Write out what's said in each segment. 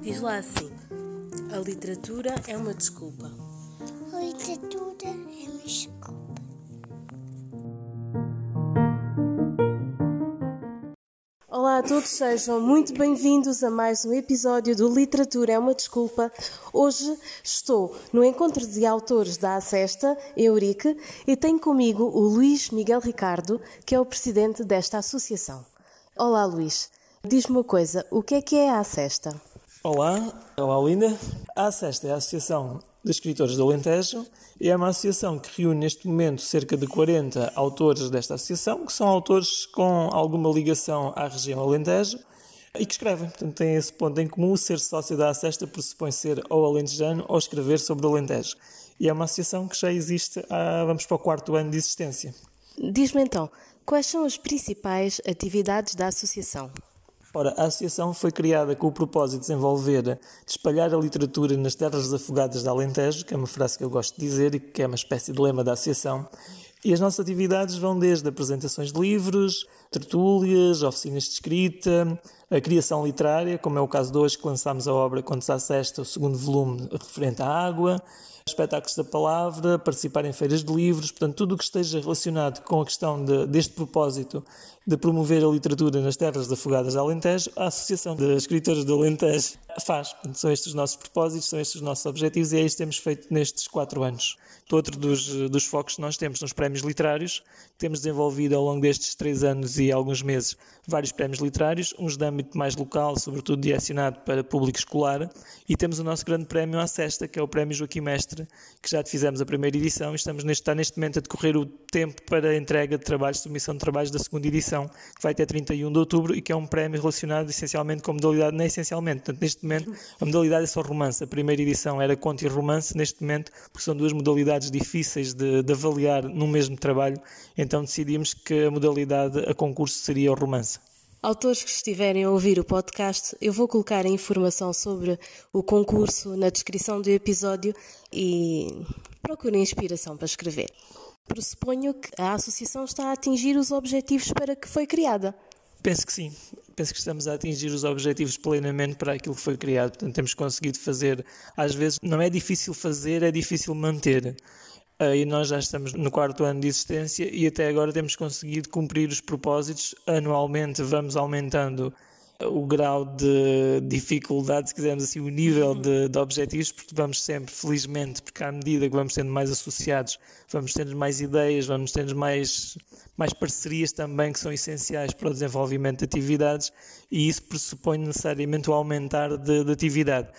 Diz lá assim: a literatura é uma desculpa. A literatura é uma desculpa. Olá a todos, sejam muito bem-vindos a mais um episódio do Literatura é uma Desculpa. Hoje estou no encontro de autores da ACESTA, Eurique, e tenho comigo o Luís Miguel Ricardo, que é o presidente desta associação. Olá Luís, diz-me uma coisa, o que é a ACESTA? Olá Linda. A ACESTA é a Associação de Escritores do Alentejo e é uma associação que reúne neste momento cerca de 40 autores desta associação, que são autores com alguma ligação à região Alentejo e que escrevem. Portanto, têm esse ponto em comum: ser sócio da ACESTA pressupõe ser ou alentejano ou escrever sobre o Alentejo. E é uma associação que já existe vamos para o 4º ano de existência. Diz-me então, quais são as principais atividades da associação? Ora, a associação foi criada com o propósito de de espalhar a literatura nas terras desafogadas de Alentejo, que é uma frase que eu gosto de dizer e que é uma espécie de lema da associação. E as nossas atividades vão desde apresentações de livros, tertúlias, oficinas de escrita, a criação literária, como é o caso de hoje, que lançámos a obra Contos à Sesta, o 2º volume referente à água, espetáculos da palavra, participar em feiras de livros, portanto, tudo o que esteja relacionado com a questão deste propósito de promover a literatura nas terras desafogadas de Alentejo, a Associação de Escritores do Alentejo faz. Portanto, são estes os nossos propósitos, são estes os nossos objetivos e é isto que temos feito nestes 4 anos. Outro dos focos que nós temos nos prémios literários, temos desenvolvido ao longo destes 3 anos e alguns meses vários prémios literários, uns de âmbito mais local, sobretudo direcionado para público escolar, e temos o nosso grande prémio à Sesta, que é o Prémio Joaquim Mestre, que já fizemos a primeira edição e está neste momento a decorrer o tempo para a entrega de trabalhos, submissão de trabalhos da 2ª edição, que vai até 31 de outubro e que é um prémio relacionado essencialmente com a modalidade, não essencialmente, portanto neste momento a modalidade é só romance. A primeira edição era conto e romance, neste momento, porque são 2 modalidades difíceis de avaliar no mesmo trabalho, então decidimos que a modalidade a concurso seria o romance. Autores que estiverem a ouvir o podcast, eu vou colocar a informação sobre o concurso na descrição do episódio e procurem inspiração para escrever. Pressuponho que a associação está a atingir os objetivos para que foi criada. Penso que sim. Penso que estamos a atingir os objetivos plenamente para aquilo que foi criado. Portanto, temos conseguido fazer, às vezes, não é difícil fazer, é difícil manter. E nós já estamos no 4º ano de existência e até agora temos conseguido cumprir os propósitos. Anualmente vamos aumentando o grau de dificuldade, se quisermos assim, o nível de objetivos, porque vamos sempre, felizmente, porque à medida que vamos tendo mais associados, vamos tendo mais ideias, vamos tendo mais parcerias também que são essenciais para o desenvolvimento de atividades e isso pressupõe necessariamente o aumentar de atividade.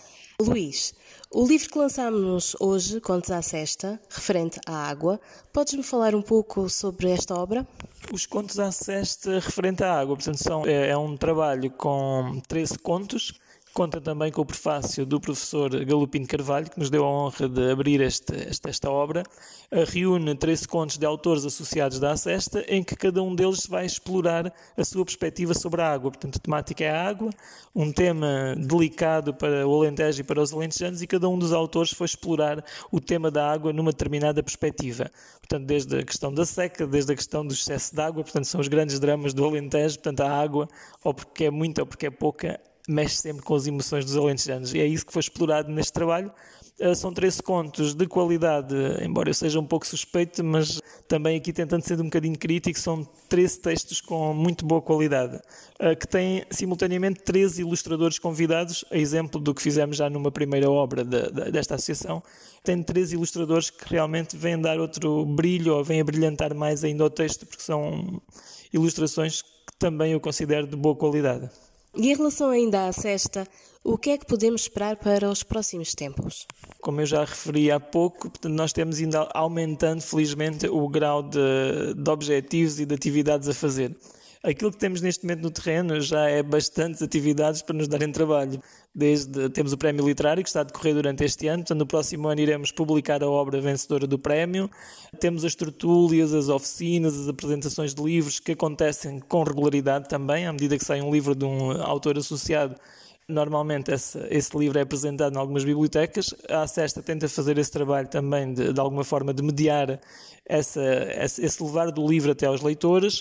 Luís, o livro que lançámos hoje, Contos à Sesta, referente à água, podes-me falar um pouco sobre esta obra? Os Contos à Sesta referente à água, portanto, é um trabalho com 13 contos, conta também com o prefácio do professor Galopim de Carvalho, que nos deu a honra de abrir esta obra. Reúne 13 contos de autores associados da ACESTA, em que cada um deles vai explorar a sua perspectiva sobre a água. Portanto, a temática é a água, um tema delicado para o Alentejo e para os alentejanos, e cada um dos autores foi explorar o tema da água numa determinada perspectiva. Portanto, desde a questão da seca, desde a questão do excesso de água, portanto, são os grandes dramas do Alentejo. Portanto, a água, ou porque é muita ou porque é pouca, mexe sempre com as emoções dos alentejanos e é isso que foi explorado neste trabalho. São 13 contos de qualidade, embora eu seja um pouco suspeito, mas também aqui tentando ser um bocadinho crítico, são 13 textos com muito boa qualidade, que têm simultaneamente 13 ilustradores convidados, a exemplo do que fizemos já numa primeira obra desta associação. Tem 13 ilustradores que realmente vêm dar outro brilho ou vêm a brilhantar mais ainda o texto, porque são ilustrações que também eu considero de boa qualidade. E em relação ainda à Sesta, o que é que podemos esperar para os próximos tempos? Como eu já referi há pouco, portanto, nós temos ainda aumentando, felizmente, o grau de objetivos e de atividades a fazer. Aquilo que temos neste momento no terreno já é bastantes atividades para nos darem trabalho. Temos o prémio literário que está a decorrer durante este ano, portanto no próximo ano iremos publicar a obra vencedora do prémio. Temos as tertúlias, as oficinas, as apresentações de livros que acontecem com regularidade também, à medida que sai um livro de um autor associado. Normalmente esse livro é apresentado em algumas bibliotecas. A ACESTA tenta fazer esse trabalho também de alguma forma de mediar esse levar do livro até aos leitores.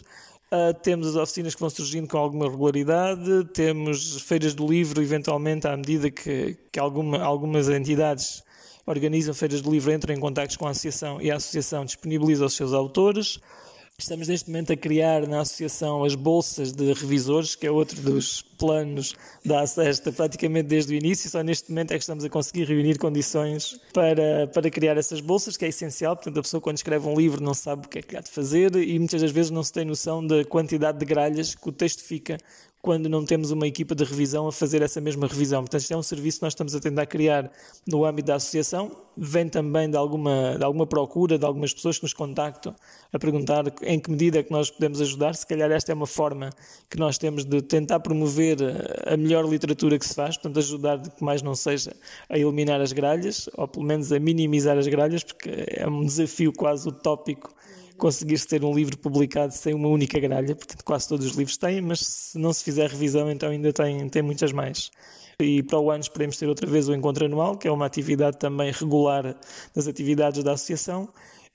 Temos as oficinas que vão surgindo com alguma regularidade, temos feiras do livro, eventualmente, à medida que algumas entidades organizam feiras do livro, entram em contactos com a associação e a associação disponibiliza os seus autores. Estamos neste momento a criar na associação as bolsas de revisores, que é outro dos planos da ACESTA praticamente desde o início. Só neste momento é que estamos a conseguir reunir condições para criar essas bolsas, que é essencial. Portanto, a pessoa quando escreve um livro não sabe o que é que há de fazer e muitas das vezes não se tem noção da quantidade de gralhas que o texto fica quando não temos uma equipa de revisão a fazer essa mesma revisão. Portanto, isto é um serviço que nós estamos a tentar criar no âmbito da associação. Vem também de alguma procura de algumas pessoas que nos contactam a perguntar em que medida é que nós podemos ajudar. Se calhar esta é uma forma que nós temos de tentar promover a melhor literatura que se faz, portanto ajudar de que mais não seja a eliminar as gralhas, ou pelo menos a minimizar as gralhas, porque é um desafio quase utópico conseguir-se ter um livro publicado sem uma única gralha. Portanto quase todos os livros têm, mas se não se fizer revisão então ainda tem muitas mais. E para o ano esperemos ter outra vez o encontro anual, que é uma atividade também regular das atividades da associação,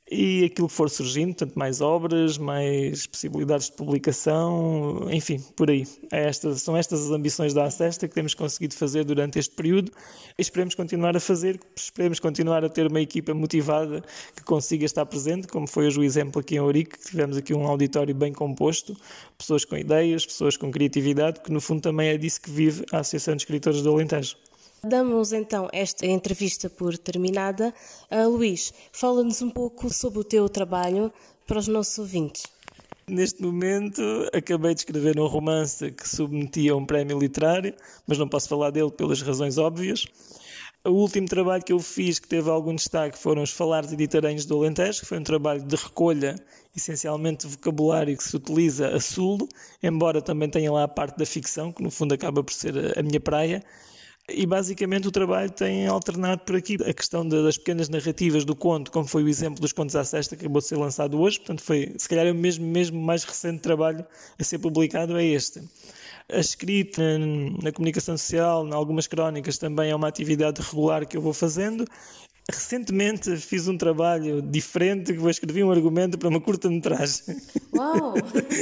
e aquilo que for surgindo, portanto mais obras, mais possibilidades de publicação, enfim, por aí. São estas as ambições da ACESTA que temos conseguido fazer durante este período e esperemos continuar a fazer, esperemos continuar a ter uma equipa motivada que consiga estar presente, como foi hoje o exemplo aqui em Ourique, que tivemos aqui um auditório bem composto, pessoas com ideias, pessoas com criatividade, que no fundo também é disso que vive a Associação de Escritores do Alentejo. Damos então esta entrevista por terminada. Luís, fala-nos um pouco sobre o teu trabalho para os nossos ouvintes. Neste momento acabei de escrever um romance que submetia a um prémio literário, mas não posso falar dele pelas razões óbvias. O último trabalho que eu fiz, que teve algum destaque, foram os Falares Editarenhos do Alentejo, que foi um trabalho de recolha, essencialmente de vocabulário que se utiliza a sul, embora também tenha lá a parte da ficção, que no fundo acaba por ser a minha praia. E basicamente o trabalho tem alternado por aqui a questão das pequenas narrativas do conto, como foi o exemplo dos Contos à Sesta, que acabou de ser lançado hoje. Portanto, se calhar é o mesmo mais recente trabalho a ser publicado é este. A escrita na comunicação social, em algumas crónicas, também é uma atividade regular que eu vou fazendo. Recentemente fiz um trabalho diferente, que escrevi um argumento para uma curta-metragem. Uau!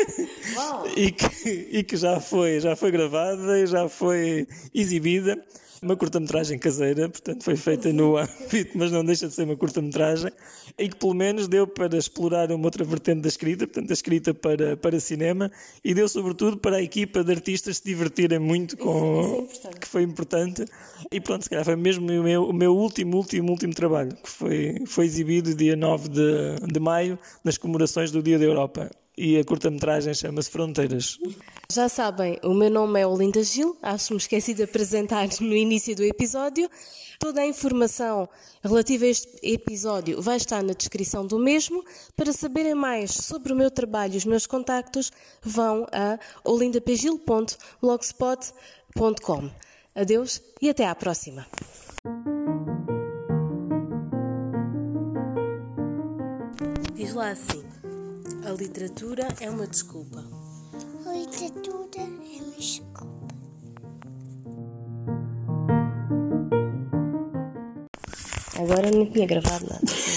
Uau! e que já foi gravada e já foi exibida. Uma curta-metragem caseira, portanto foi feita no âmbito, mas não deixa de ser uma curta-metragem, e que pelo menos deu para explorar uma outra vertente da escrita, portanto a escrita para cinema, e deu sobretudo para a equipa de artistas se divertirem muito com que foi importante. E pronto, se calhar foi mesmo o meu último trabalho, que foi exibido dia 9 de maio, nas comemorações do Dia da Europa. E a curta-metragem chama-se Fronteiras. Já sabem, o meu nome é Olinda Gil, acho-me esqueci de apresentar no início do episódio. Toda a informação relativa a este episódio vai estar na descrição do mesmo. Para saberem mais sobre o meu trabalho e os meus contactos, vão a olindapegil.blogspot.com. Adeus e até à próxima. Diz lá assim: a literatura é uma desculpa. A literatura é uma desculpa. Agora não tinha gravado nada.